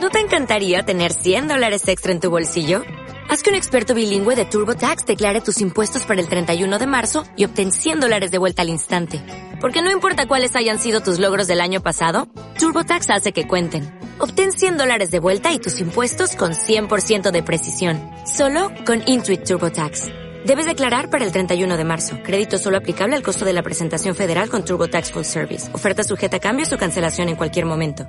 ¿No te encantaría tener $100 extra en tu bolsillo? Haz que un experto bilingüe de TurboTax declare tus impuestos para el 31 de marzo y obtén $100 de vuelta al instante. Porque no importa cuáles hayan sido tus logros del año pasado, TurboTax hace que cuenten. Obtén $100 de vuelta y tus impuestos con 100% de precisión. Solo con Intuit TurboTax. Debes declarar para el 31 de marzo. Crédito solo aplicable al costo de la presentación federal con TurboTax Full Service. Oferta sujeta a cambios o cancelación en cualquier momento.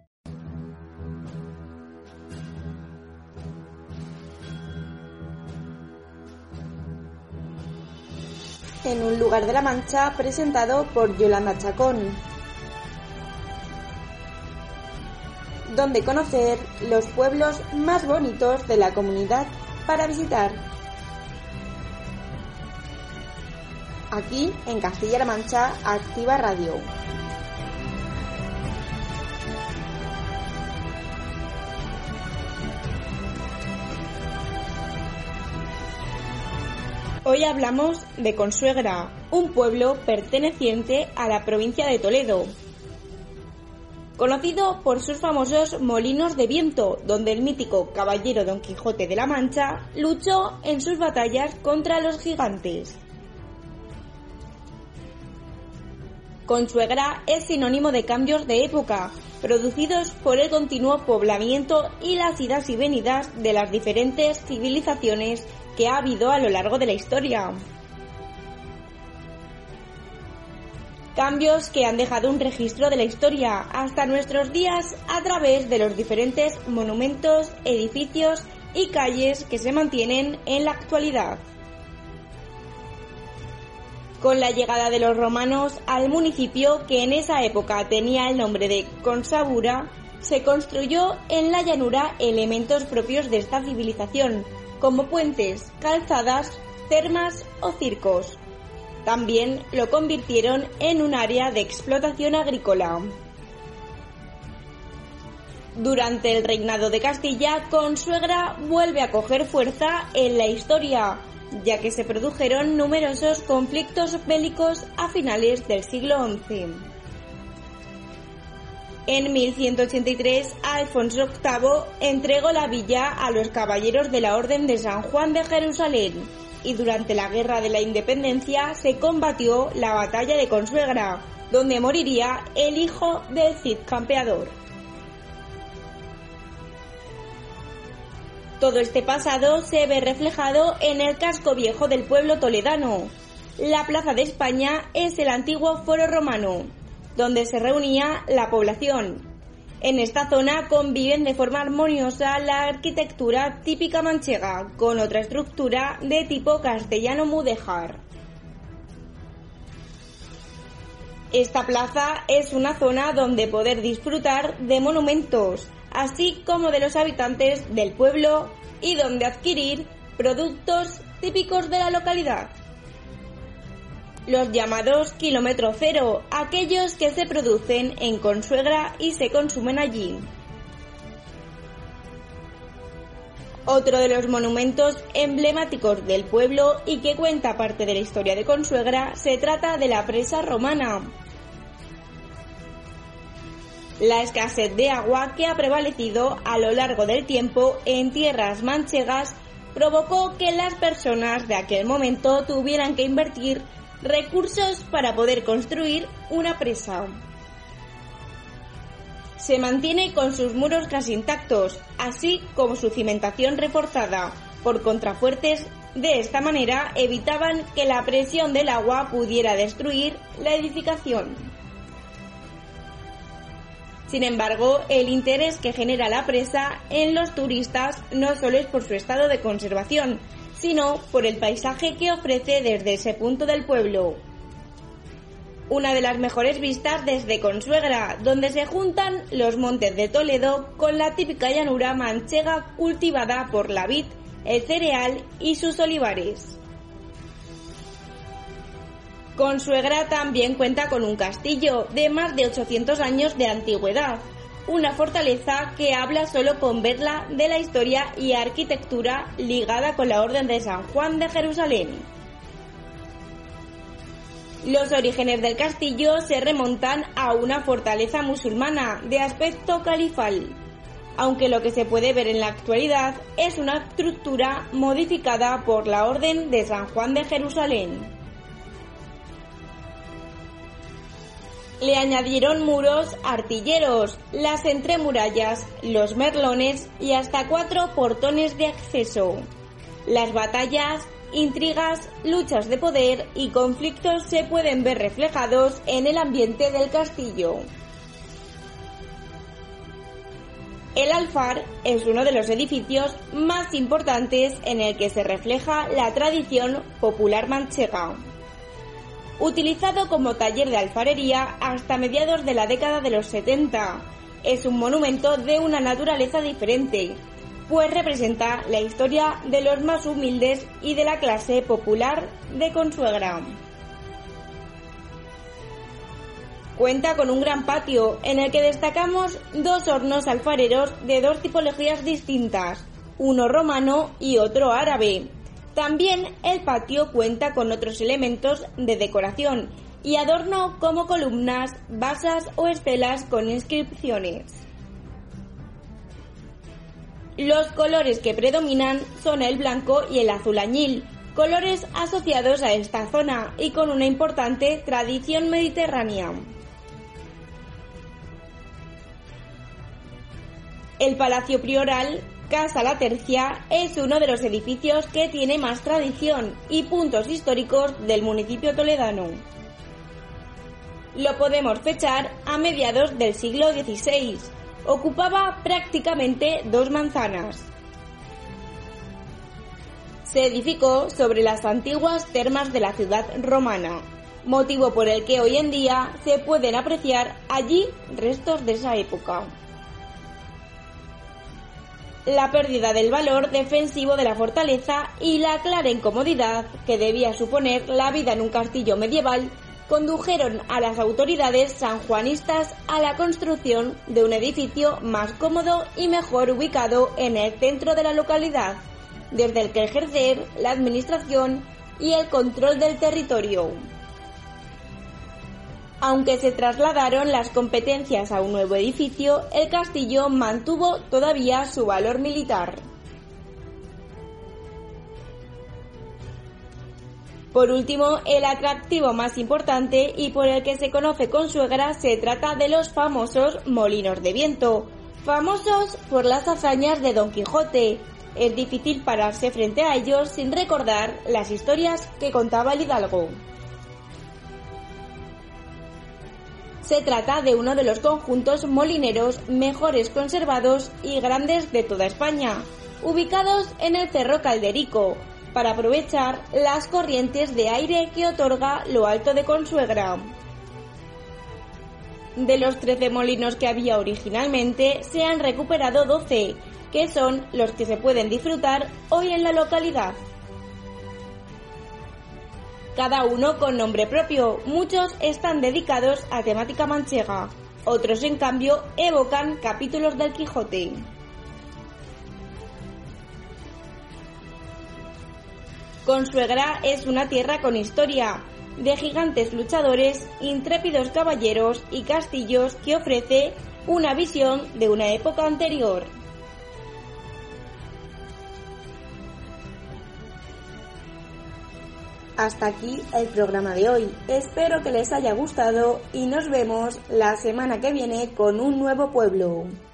En un lugar de la Mancha, presentado por Yolanda Chacón, donde conocer los pueblos más bonitos de la comunidad para visitar. Aquí, en Castilla-La Mancha, Activa Radio. Hoy hablamos de Consuegra, un pueblo perteneciente a la provincia de Toledo, conocido por sus famosos molinos de viento, donde el mítico caballero Don Quijote de la Mancha luchó en sus batallas contra los gigantes. Consuegra es sinónimo de cambios de época, producidos por el continuo poblamiento y las idas y venidas de las diferentes civilizaciones que ha habido a lo largo de la historia. Cambios que han dejado un registro de la historia hasta nuestros días a través de los diferentes monumentos, edificios y calles que se mantienen en la actualidad. Con la llegada de los romanos al municipio, que en esa época tenía el nombre de Consabura, se construyó en la llanura elementos propios de esta civilización, como puentes, calzadas, termas o circos. También lo convirtieron en un área de explotación agrícola. Durante el reinado de Castilla, Consuegra vuelve a coger fuerza en la historia, ya que se produjeron numerosos conflictos bélicos a finales del siglo XI. En 1183, Alfonso VIII entregó la villa a los caballeros de la Orden de San Juan de Jerusalén, y durante la Guerra de la Independencia se combatió la batalla de Consuegra, donde moriría el hijo del Cid Campeador. Todo este pasado se ve reflejado en el casco viejo del pueblo toledano. La Plaza de España es el antiguo Foro Romano, donde se reunía la población. En esta zona conviven de forma armoniosa la arquitectura típica manchega con otra estructura de tipo castellano-mudéjar. Esta plaza es una zona donde poder disfrutar de monumentos, así como de los habitantes del pueblo, y donde adquirir productos típicos de la localidad. Los llamados kilómetro cero, aquellos que se producen en Consuegra y se consumen allí. Otro de los monumentos emblemáticos del pueblo y que cuenta parte de la historia de Consuegra se trata de la presa romana. La escasez de agua que ha prevalecido a lo largo del tiempo en tierras manchegas provocó que las personas de aquel momento tuvieran que invertir recursos para poder construir una presa. Se mantiene con sus muros casi intactos, así como su cimentación reforzada por contrafuertes. De esta manera evitaban que la presión del agua pudiera destruir la edificación. Sin embargo, el interés que genera la presa en los turistas no solo es por su estado de conservación, sino por el paisaje que ofrece desde ese punto del pueblo. Una de las mejores vistas desde Consuegra, donde se juntan los montes de Toledo con la típica llanura manchega cultivada por la vid, el cereal y sus olivares. Consuegra también cuenta con un castillo de más de 800 años de antigüedad, una fortaleza que habla solo con verla de la historia y arquitectura ligada con la Orden de San Juan de Jerusalén. Los orígenes del castillo se remontan a una fortaleza musulmana de aspecto califal. aunque lo que se puede ver en la actualidad es una estructura modificada por la Orden de San Juan de Jerusalén. Le añadieron muros artilleros, las entremurallas, los merlones y hasta 4 portones de acceso. Las batallas, intrigas, luchas de poder y conflictos se pueden ver reflejados en el ambiente del castillo. El Alfar es uno de los edificios más importantes en el que se refleja la tradición popular manchega. Utilizado como taller de alfarería hasta mediados de la década de los 70, es un monumento de una naturaleza diferente, pues representa la historia de los más humildes y de la clase popular de Consuegra. Cuenta con un gran patio en el que destacamos 2 hornos alfareros de 2 tipologías distintas, uno romano y otro árabe. También el patio cuenta con otros elementos de decoración y adorno como columnas, basas o estelas con inscripciones. Los colores que predominan son el blanco y el azul añil, colores asociados a esta zona y con una importante tradición mediterránea. El Palacio Prioral, Casa La Tercia, es uno de los edificios que tiene más tradición y puntos históricos del municipio toledano. Lo podemos fechar a mediados del siglo XVI. Ocupaba prácticamente 2 manzanas. Se edificó sobre las antiguas termas de la ciudad romana, motivo por el que hoy en día se pueden apreciar allí restos de esa época. La pérdida del valor defensivo de la fortaleza y la clara incomodidad que debía suponer la vida en un castillo medieval condujeron a las autoridades sanjuanistas a la construcción de un edificio más cómodo y mejor ubicado en el centro de la localidad, desde el que ejercer la administración y el control del territorio. Aunque se trasladaron las competencias a un nuevo edificio, el castillo mantuvo todavía su valor militar. Por último, el atractivo más importante y por el que se conoce Consuegra se trata de los famosos molinos de viento, famosos por las hazañas de Don Quijote. Es difícil pararse frente a ellos sin recordar las historias que contaba el hidalgo. Se trata de uno de los conjuntos molineros mejores conservados y grandes de toda España, ubicados en el Cerro Calderico, para aprovechar las corrientes de aire que otorga lo alto de Consuegra. De los 13 molinos que había originalmente, se han recuperado 12, que son los que se pueden disfrutar hoy en la localidad. Cada uno con nombre propio, muchos están dedicados a temática manchega, otros en cambio evocan capítulos del Quijote. Consuegra es una tierra con historia, de gigantes luchadores, intrépidos caballeros y castillos que ofrece una visión de una época anterior. Hasta aquí el programa de hoy. Espero que les haya gustado y nos vemos la semana que viene con un nuevo pueblo.